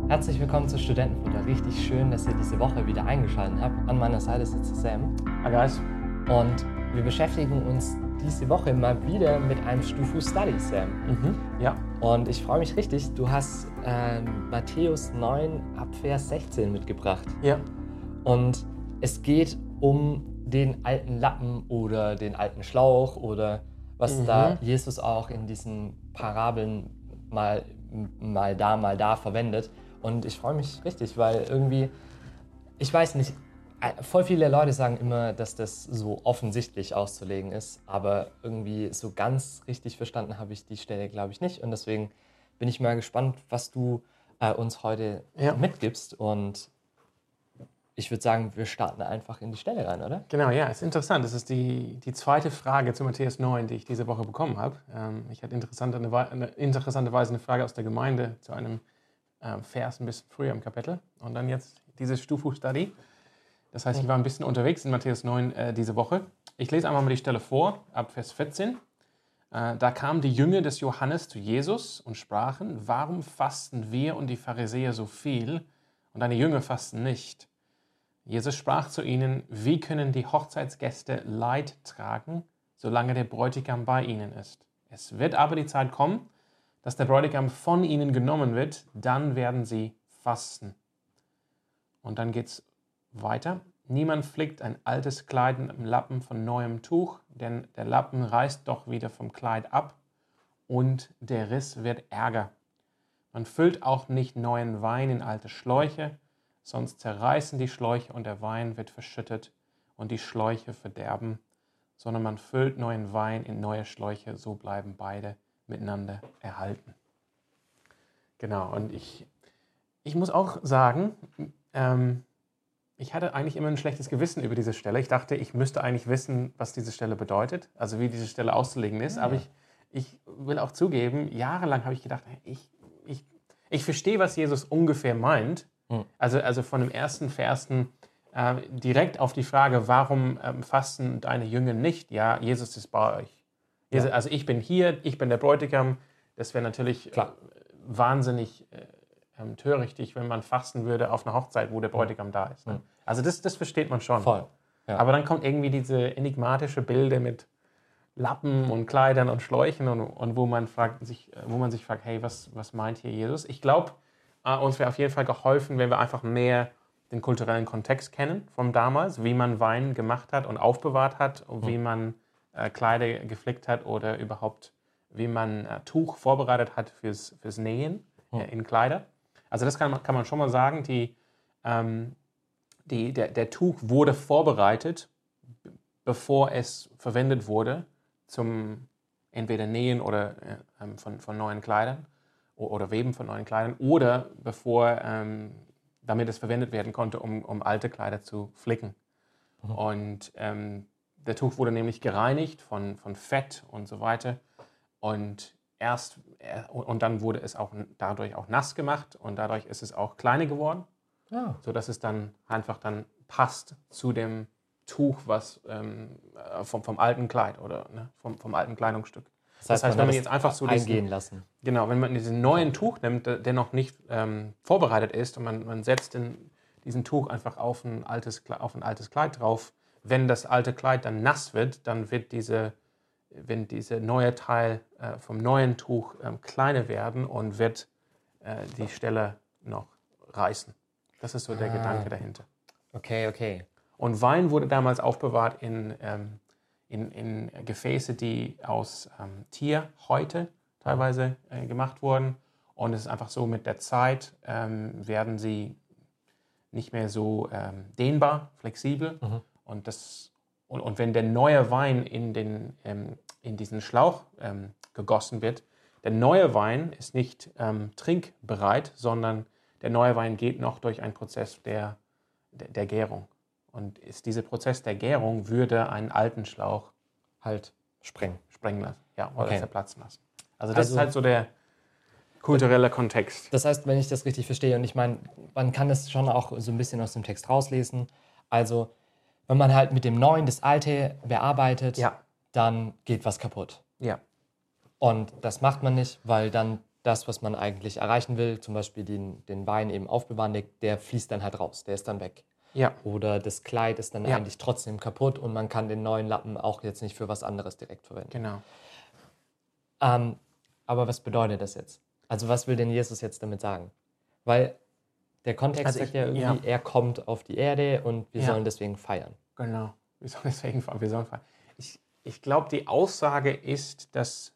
Herzlich willkommen zu Studentenfutter. Richtig schön, dass ihr diese Woche wieder eingeschaltet habt. An meiner Seite sitzt Sam. Hi guys. Und wir beschäftigen uns diese Woche mal wieder mit einem Stufu Study, Sam. Ja. Und ich freue mich richtig, du hast Matthäus 9 ab Vers 16 mitgebracht. Ja. Und es geht um den alten Lappen oder den alten Schlauch oder was da Jesus auch in diesen Parabeln mal da verwendet. Und ich freue mich richtig, weil irgendwie, ich weiß nicht, voll viele Leute sagen immer, dass das so offensichtlich auszulegen ist, aber irgendwie so ganz richtig verstanden habe ich die Stelle, glaube ich, nicht. Und deswegen bin ich mal gespannt, was du uns heute mitgibst. Und ich würde sagen, wir starten einfach in die Stelle rein, oder? Genau, ja, ist interessant. Das ist die zweite Frage zu Matthäus 9, die ich diese Woche bekommen habe. Ich hatte interessanterweise eine Frage aus der Gemeinde zu einem Vers ein bisschen früher im Kapitel. Und dann jetzt dieses Stufu-Study. Das heißt, ich war ein bisschen unterwegs in Matthäus 9 diese Woche. Ich lese einmal mal die Stelle vor, ab Vers 14. Da kamen die Jünger des Johannes zu Jesus und sprachen: Warum fasten wir und die Pharisäer so viel und deine Jünger fasten nicht? Jesus sprach zu ihnen: Wie können die Hochzeitsgäste Leid tragen, solange der Bräutigam bei ihnen ist? Es wird aber die Zeit kommen, dass der Bräutigam von ihnen genommen wird, dann werden sie fasten. Und dann geht es weiter. Niemand flickt ein altes Kleid mit einem Lappen von neuem Tuch, denn der Lappen reißt doch wieder vom Kleid ab und der Riss wird ärger. Man füllt auch nicht neuen Wein in alte Schläuche, sonst zerreißen die Schläuche und der Wein wird verschüttet und die Schläuche verderben, sondern man füllt neuen Wein in neue Schläuche, so bleiben beide miteinander erhalten. Genau, und ich muss auch sagen, ich hatte eigentlich immer ein schlechtes Gewissen über diese Stelle. Ich dachte, ich müsste eigentlich wissen, was diese Stelle bedeutet, also wie diese Stelle auszulegen ist. Ja. Aber ich will auch zugeben, jahrelang habe ich gedacht, ich verstehe, was Jesus ungefähr meint. Also von dem ersten Versen direkt auf die Frage, warum fasten deine Jünger nicht? Ja, Jesus ist bei euch. Jesus, also ich bin hier, ich bin der Bräutigam. Das wäre natürlich wahnsinnig törichtig, wenn man fasten würde auf einer Hochzeit, wo der Bräutigam da ist. Ne? Also das versteht man schon. Voll. Ja. Aber dann kommt irgendwie diese enigmatische Bilder mit Lappen und Kleidern und Schläuchen und wo man sich fragt, hey, was meint hier Jesus? Ich glaube, uns wäre auf jeden Fall geholfen, wenn wir einfach mehr den kulturellen Kontext kennen von damals, wie man Wein gemacht hat und aufbewahrt hat und wie man Kleider geflickt hat oder überhaupt, wie man Tuch vorbereitet hat fürs Nähen in Kleider. Also das kann man schon mal sagen, der Tuch wurde vorbereitet, bevor es verwendet wurde zum entweder Nähen oder von neuen Kleidern oder Weben von neuen Kleidern oder bevor, damit es verwendet werden konnte, um alte Kleider zu flicken. Und der Tuch wurde nämlich gereinigt von Fett und so weiter und dann wurde es auch dadurch auch nass gemacht und dadurch ist es auch kleiner geworden, sodass es dann einfach passt zu dem Tuch, was vom alten Kleid oder vom alten Kleidungsstück. Das heißt, wenn man jetzt einfach so eingehen lassen. Genau, wenn man diesen neuen Tuch nimmt, der noch nicht vorbereitet ist und man setzt diesen Tuch einfach auf ein altes Kleid drauf, wenn das alte Kleid dann nass wird, dann wird dieser neue Teil vom neuen Tuch kleiner werden und wird die Stelle noch reißen. Das ist so der Gedanke dahinter. Okay. Und Wein wurde damals aufbewahrt in Gefäße, die aus Tierhäute teilweise gemacht wurden. Und es ist einfach so, mit der Zeit werden sie nicht mehr so dehnbar, flexibel. Und wenn der neue Wein in diesen Schlauch gegossen wird, der neue Wein ist nicht trinkbereit, sondern der neue Wein geht noch durch einen Prozess der Gärung. Und dieser Prozess der Gärung würde einen alten Schlauch halt sprengen lassen, oder zerplatzen lassen. Also das ist halt so der kulturelle Kontext. Das heißt, wenn ich das richtig verstehe, und ich meine, man kann das schon auch so ein bisschen aus dem Text rauslesen, also wenn man halt mit dem Neuen das Alte bearbeitet, dann geht was kaputt. Ja. Und das macht man nicht, weil dann das, was man eigentlich erreichen will, zum Beispiel den Wein eben aufbewahren, der fließt dann halt raus, der ist dann weg. Ja. Oder das Kleid ist dann Ja. eigentlich trotzdem kaputt und man kann den neuen Lappen auch jetzt nicht für was anderes direkt verwenden. Genau. Aber was bedeutet das jetzt? Also was will denn Jesus jetzt damit sagen? Weil der Kontext sagt ja irgendwie, er kommt auf die Erde und wir sollen deswegen feiern. Genau, wir sollen deswegen feiern. Wir sollen feiern. Ich glaube, die Aussage ist, dass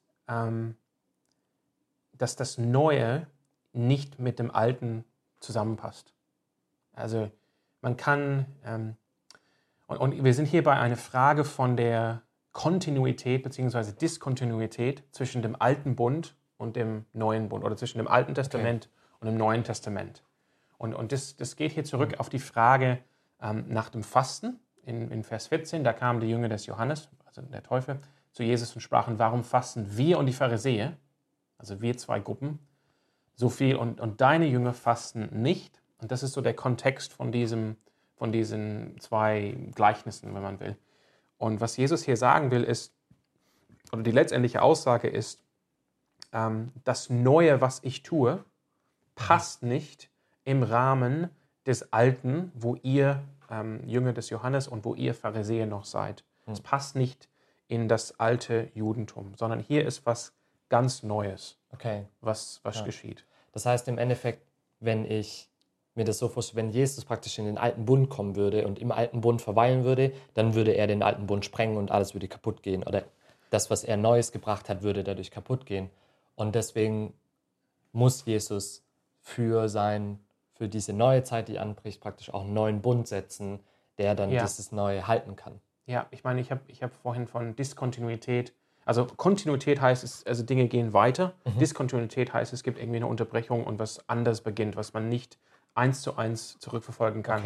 das Neue nicht mit dem Alten zusammenpasst. Also man kann, und wir sind hier bei einer Frage von der Kontinuität bzw. Diskontinuität zwischen dem Alten Bund und dem Neuen Bund oder zwischen dem Alten Testament und dem Neuen Testament. Und das geht hier zurück auf die Frage nach dem Fasten. In Vers 14, da kamen die Jünger des Johannes, also der Täufer, zu Jesus und sprachen, warum fasten wir und die Pharisäer, also wir zwei Gruppen, so viel und deine Jünger fasten nicht. Und das ist so der Kontext von diesen zwei Gleichnissen, wenn man will. Und was Jesus hier sagen will, ist, oder die letztendliche Aussage ist, das Neue, was ich tue, passt nicht im Rahmen des Alten, wo ihr Jünger des Johannes und wo ihr Pharisäer noch seid. Es passt nicht in das alte Judentum, sondern hier ist was ganz Neues, was geschieht. Das heißt im Endeffekt, wenn ich mir das so vorstelle, wenn Jesus praktisch in den alten Bund kommen würde und im alten Bund verweilen würde, dann würde er den alten Bund sprengen und alles würde kaputt gehen. Oder das, was er Neues gebracht hat, würde dadurch kaputt gehen. Und deswegen muss Jesus für diese neue Zeit, die anbricht, praktisch auch einen neuen Bund setzen, der dann dieses Neue halten kann. Ja, ich meine, ich hab vorhin von Diskontinuität, also Kontinuität heißt, also Dinge gehen weiter. Diskontinuität heißt, es gibt irgendwie eine Unterbrechung und was anderes beginnt, was man nicht 1:1 zurückverfolgen kann,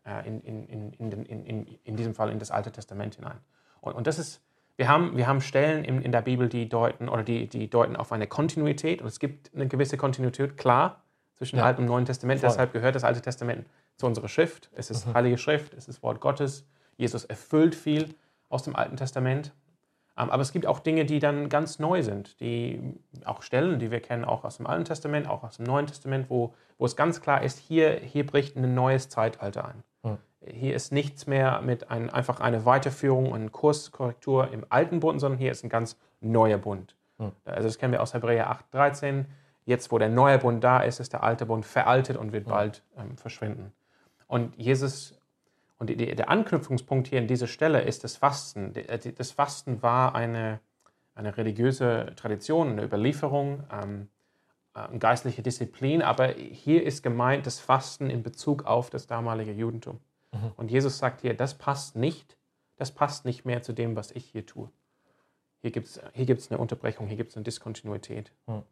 in diesem Fall in das Alte Testament hinein. Und das ist, wir haben Stellen in der Bibel, die deuten auf eine Kontinuität und es gibt eine gewisse Kontinuität, klar, zwischen Altem und Neuen Testament. Voll. Deshalb gehört das Alte Testament zu unserer Schrift. Es ist Heilige Schrift, es ist Wort Gottes. Jesus erfüllt viel aus dem Alten Testament. Aber es gibt auch Dinge, die dann ganz neu sind, die auch Stellen, die wir kennen, auch aus dem Alten Testament, auch aus dem Neuen Testament, wo es ganz klar ist, hier bricht ein neues Zeitalter ein. Hier ist nichts mehr mit einfach eine Weiterführung und Kurskorrektur im Alten Bund, sondern hier ist ein ganz neuer Bund. Also das kennen wir aus Hebräer 8,13. Jetzt, wo der neue Bund da ist, ist der alte Bund veraltet und wird bald verschwinden. Und Jesus, und der Anknüpfungspunkt hier an dieser Stelle ist das Fasten. Das Fasten war eine religiöse Tradition, eine Überlieferung, eine geistliche Disziplin, aber hier ist gemeint das Fasten in Bezug auf das damalige Judentum. Und Jesus sagt hier, das passt nicht mehr zu dem, was ich hier tue. Hier gibt's eine Unterbrechung, hier gibt es eine Diskontinuität.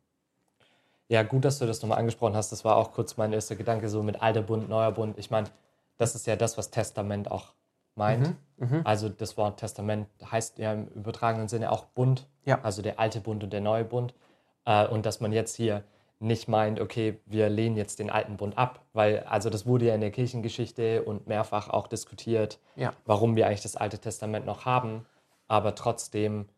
Ja, gut, dass du das nochmal angesprochen hast. Das war auch kurz mein erster Gedanke, so mit alter Bund, neuer Bund. Ich meine, das ist ja das, was Testament auch meint. Also das Wort Testament heißt ja im übertragenen Sinne auch Bund, also der alte Bund und der neue Bund. Und dass man jetzt hier nicht meint, okay, wir lehnen jetzt den alten Bund ab, weil also das wurde ja in der Kirchengeschichte und mehrfach auch diskutiert, warum wir eigentlich das Alte Testament noch haben, aber trotzdem,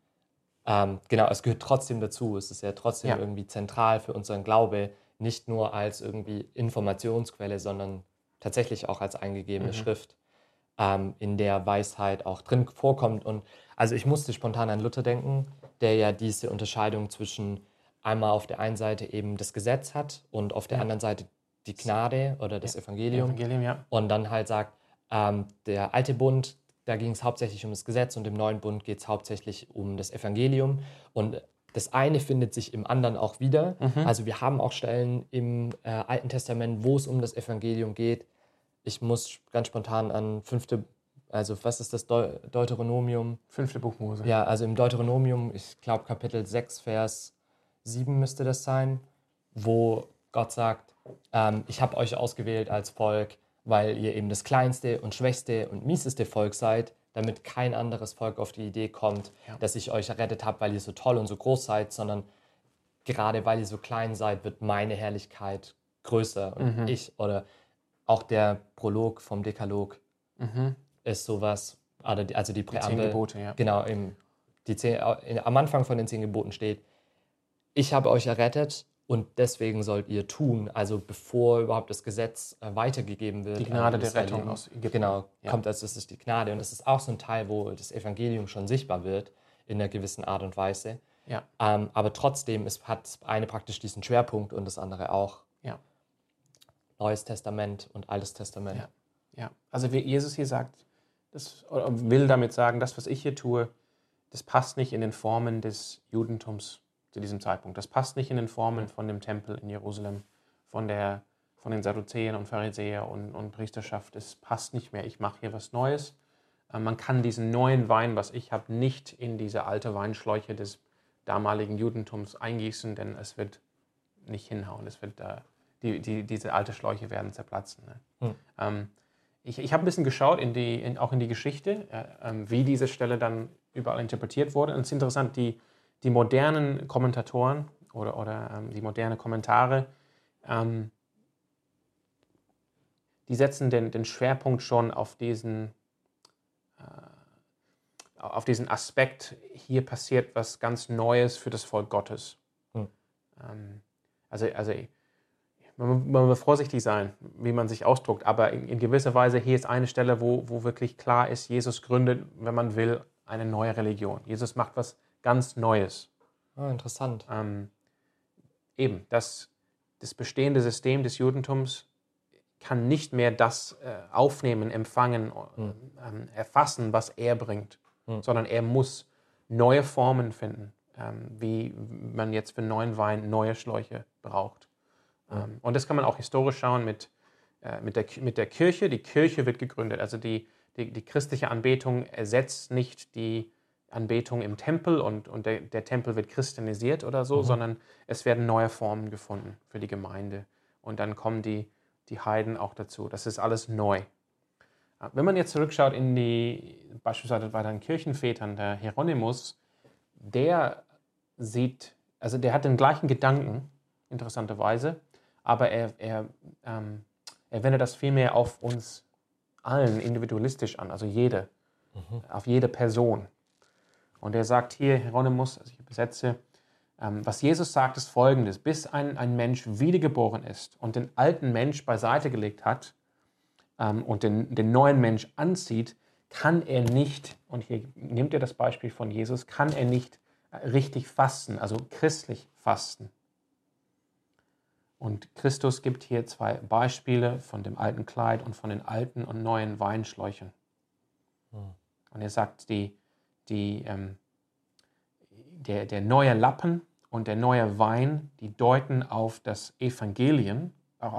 es gehört trotzdem dazu. Es ist ja trotzdem irgendwie zentral für unseren Glaube, nicht nur als irgendwie Informationsquelle, sondern tatsächlich auch als eingegebene Schrift, in der Weisheit auch drin vorkommt. Und also ich musste spontan an Luther denken, der ja diese Unterscheidung zwischen einmal auf der einen Seite eben das Gesetz hat und auf der anderen Seite die Gnade oder das Evangelium. Und dann halt sagt, der alte Bund, da ging es hauptsächlich um das Gesetz und im neuen Bund geht es hauptsächlich um das Evangelium. Und das eine findet sich im anderen auch wieder. Also wir haben auch Stellen im Alten Testament, wo es um das Evangelium geht. Ich muss ganz spontan an was ist das Deuteronomium? 5. Buch Mose. Ja, also im Deuteronomium, ich glaube Kapitel 6, Vers 7 müsste das sein, wo Gott sagt, ich habe euch ausgewählt als Volk, weil ihr eben das kleinste und schwächste und mieseste Volk seid, damit kein anderes Volk auf die Idee kommt, dass ich euch errettet habe, weil ihr so toll und so groß seid, sondern gerade weil ihr so klein seid, wird meine Herrlichkeit größer. Und oder auch der Prolog vom Dekalog ist sowas, also die Präambel. Die 10 Gebote, Genau, am Anfang von den 10 Geboten steht, ich habe euch errettet und deswegen sollt ihr tun, also bevor überhaupt das Gesetz weitergegeben wird. Die Gnade der Rettung aus Ägypten. Genau, kommt das ist die Gnade. Und das ist auch so ein Teil, wo das Evangelium schon sichtbar wird, in einer gewissen Art und Weise. Ja. Aber trotzdem hat das eine praktisch diesen Schwerpunkt und das andere auch. Ja. Neues Testament und Altes Testament. Ja. Ja. Also wie Jesus hier sagt, oder will damit sagen, das, was ich hier tue, das passt nicht in den Formen des Judentums zu diesem Zeitpunkt. Das passt nicht in den Formen von dem Tempel in Jerusalem, von den Sadduzäern und Pharisäern und Priesterschaft. Es passt nicht mehr. Ich mache hier was Neues. Man kann diesen neuen Wein, was ich habe, nicht in diese alte Weinschläuche des damaligen Judentums eingießen, denn es wird nicht hinhauen. Es wird, diese alte Schläuche werden zerplatzen. Ne? Ich habe ein bisschen geschaut, auch in die Geschichte, wie diese Stelle dann überall interpretiert wurde. Und es ist interessant, die modernen Kommentatoren oder die modernen Kommentare, die setzen den Schwerpunkt schon auf diesen Aspekt, hier passiert was ganz Neues für das Volk Gottes. Also man muss vorsichtig sein, wie man sich ausdrückt, aber in gewisser Weise hier ist eine Stelle, wo wirklich klar ist, Jesus gründet, wenn man will, eine neue Religion. Jesus macht was ganz Neues. Oh, interessant. Eben, das bestehende System des Judentums kann nicht mehr das aufnehmen, empfangen, erfassen, was er bringt, sondern er muss neue Formen finden, wie man jetzt für neuen Wein neue Schläuche braucht. Und das kann man auch historisch schauen mit der Kirche. Die Kirche wird gegründet, also die christliche Anbetung ersetzt nicht die Anbetung im Tempel und der Tempel wird christianisiert oder so, sondern es werden neue Formen gefunden für die Gemeinde. Und dann kommen die Heiden auch dazu. Das ist alles neu. Wenn man jetzt zurückschaut beispielsweise bei den Kirchenvätern, der Hieronymus, der hat den gleichen Gedanken, interessanterweise, aber er wendet das vielmehr auf uns allen individualistisch an, also auf jede Person. Und er sagt hier, Hieronymus, also ich übersetze, was Jesus sagt, ist Folgendes: Bis ein Mensch wiedergeboren ist und den alten Mensch beiseite gelegt hat und den neuen Mensch anzieht, kann er nicht, und hier nimmt er das Beispiel von Jesus, kann er nicht richtig fasten, also christlich fasten. Und Christus gibt hier zwei Beispiele von dem alten Kleid und von den alten und neuen Weinschläuchen. Und er sagt, der neue Lappen und der neue Wein, die deuten auf das Evangelium.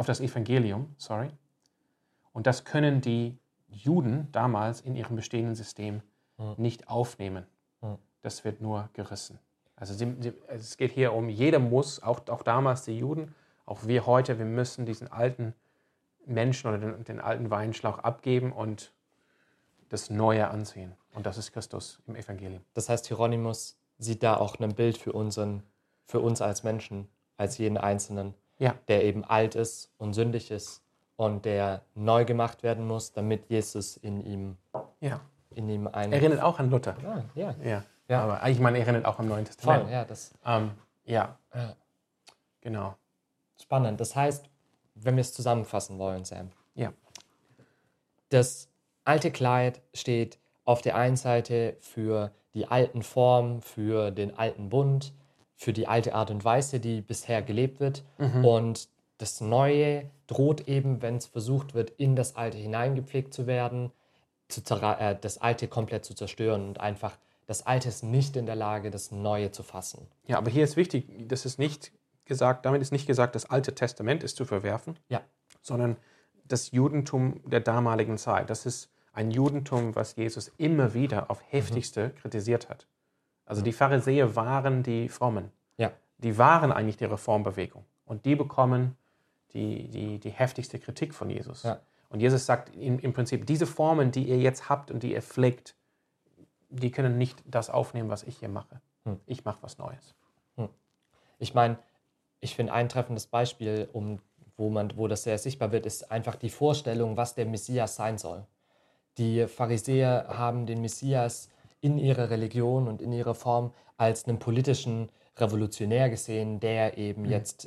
Und das können die Juden damals in ihrem bestehenden System nicht aufnehmen. Das wird nur gerissen. Also es geht hier um, jeder muss, auch damals die Juden, auch wir heute, wir müssen diesen alten Menschen oder den alten Weinschlauch abgeben und das Neue anziehen. Und das ist Christus im Evangelium. Das heißt, Hieronymus sieht da auch ein Bild für uns als Menschen, als jeden Einzelnen, der eben alt ist und sündig ist und der neu gemacht werden muss, damit Jesus in ihm ein... Erinnert auch an Luther. Ja. Aber ich meine, erinnert auch am Neuen Testament. Voll, ja. Genau. Spannend. Das heißt, wenn wir es zusammenfassen wollen, Sam. Ja. Das alte Kleid steht auf der einen Seite für die alten Formen, für den alten Bund, für die alte Art und Weise, die bisher gelebt wird. Und das Neue droht eben, wenn es versucht wird, in das Alte hineingepflegt zu werden, das Alte komplett zu zerstören und einfach das Alte ist nicht in der Lage, das Neue zu fassen. Ja, aber hier ist wichtig, damit ist nicht gesagt, das Alte Testament ist zu verwerfen, sondern das Judentum der damaligen Zeit. Das ist ein Judentum, was Jesus immer wieder auf heftigste kritisiert hat. Also die Pharisäer waren die Frommen. Ja. Die waren eigentlich die Reformbewegung. Und die bekommen die heftigste Kritik von Jesus. Ja. Und Jesus sagt im Prinzip, diese Formen, die ihr jetzt habt und die ihr pflegt, die können nicht das aufnehmen, was ich hier mache. Ich mache was Neues. Ich meine, ich finde ein treffendes Beispiel, wo das sehr sichtbar wird, ist einfach die Vorstellung, was der Messias sein soll. Die Pharisäer haben den Messias in ihrer Religion und in ihrer Form als einen politischen Revolutionär gesehen, der eben jetzt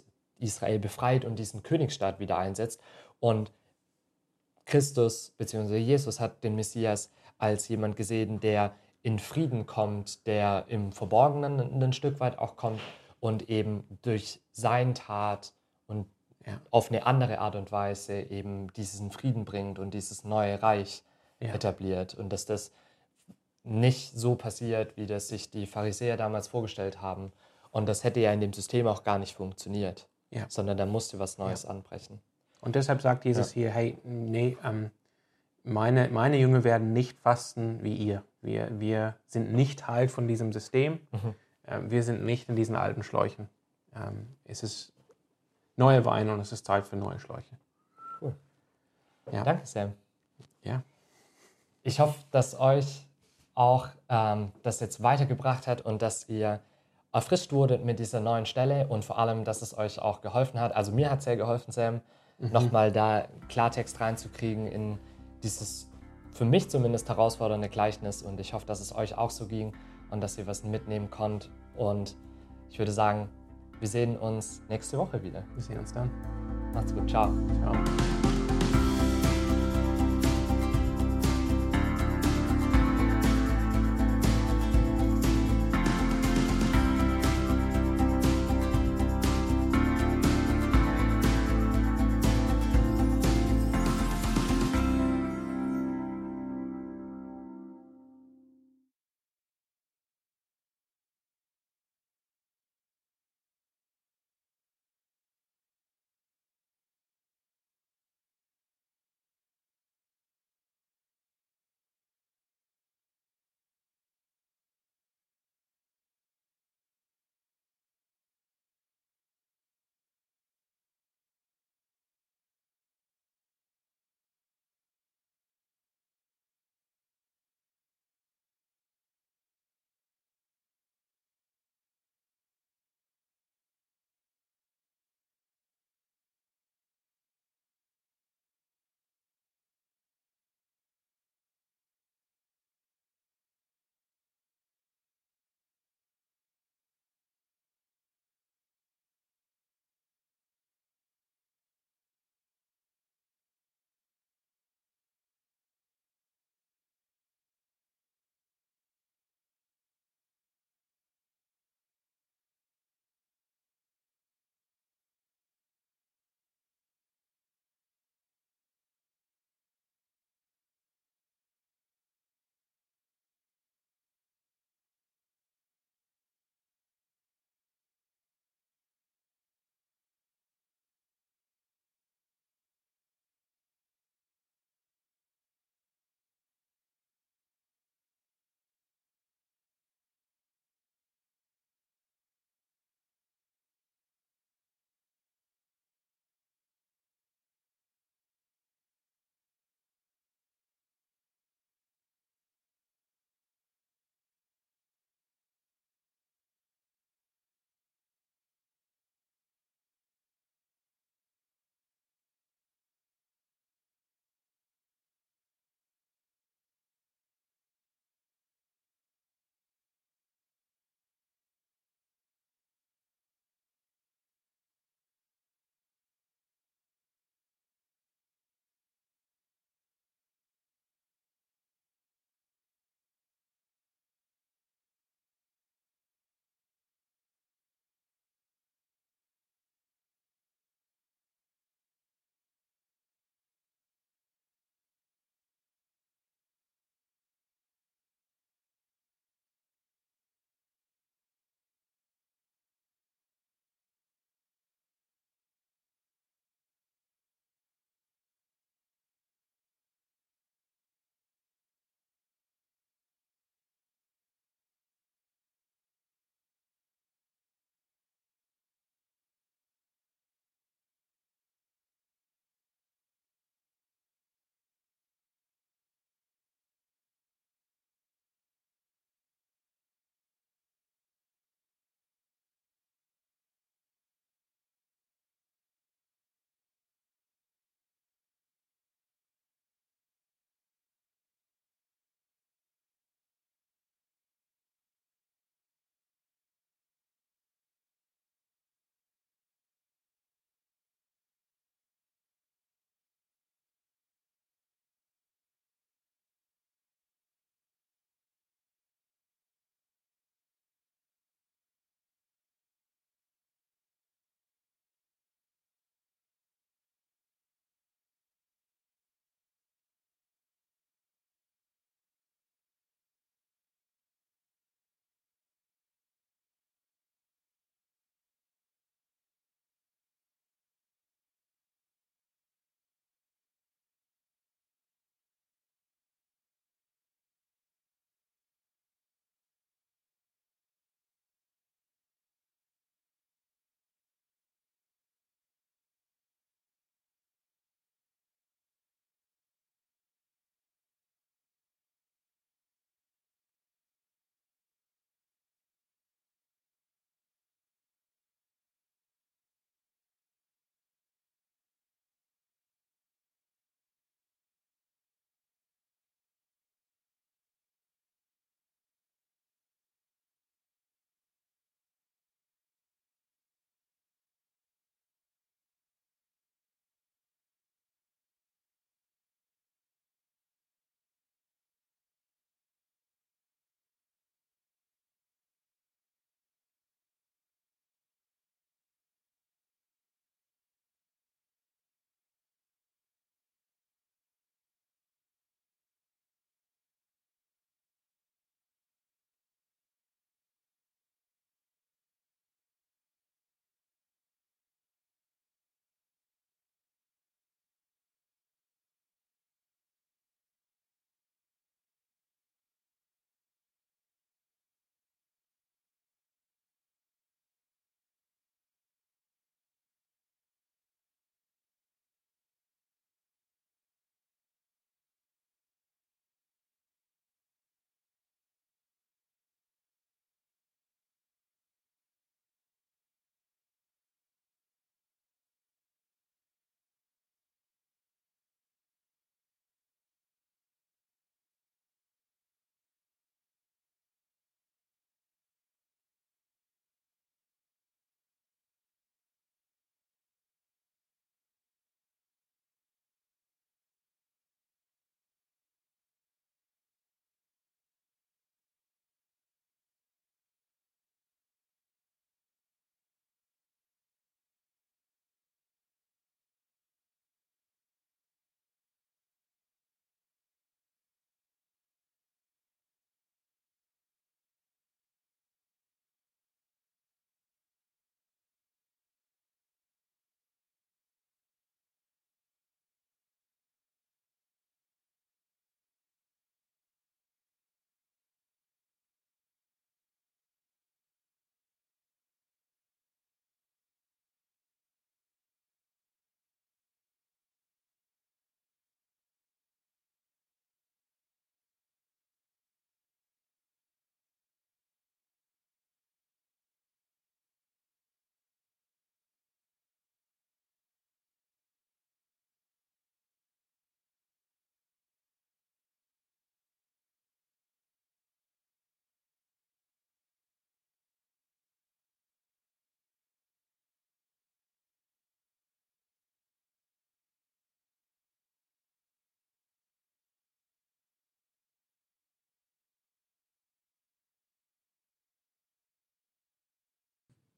Israel befreit und diesen Königsstaat wieder einsetzt. Und Christus bzw. Jesus hat den Messias als jemand gesehen, der in Frieden kommt, der im Verborgenen ein Stück weit auch kommt und eben durch sein Tat und auf eine andere Art und Weise eben diesen Frieden bringt und dieses neue Reich etabliert. Und dass das nicht so passiert, wie das sich die Pharisäer damals vorgestellt haben. Und das hätte ja in dem System auch gar nicht funktioniert, sondern da musste was Neues anbrechen. Und deshalb sagt Jesus hier, hey, nee, meine Jünger werden nicht fasten wie ihr. Wir sind nicht Teil von diesem System. Wir sind nicht in diesen alten Schläuchen. Es ist neuer Wein und es ist Zeit für neue Schläuche. Cool. Ja. Danke, Sam. Ja. Ich hoffe, dass euch auch das jetzt weitergebracht hat und dass ihr erfrischt wurdet mit dieser neuen Stelle und vor allem, dass es euch auch geholfen hat. Also mir hat es sehr geholfen, Sam, nochmal da Klartext reinzukriegen in dieses für mich zumindest herausfordernde Gleichnis und ich hoffe, dass es euch auch so ging und dass ihr was mitnehmen konnt und ich würde sagen, wir sehen uns nächste Woche wieder. Wir sehen uns dann. Macht's gut, ciao. Ciao.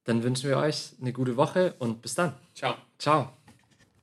Dann wünschen wir euch eine gute Woche und bis dann. Ciao. Ciao.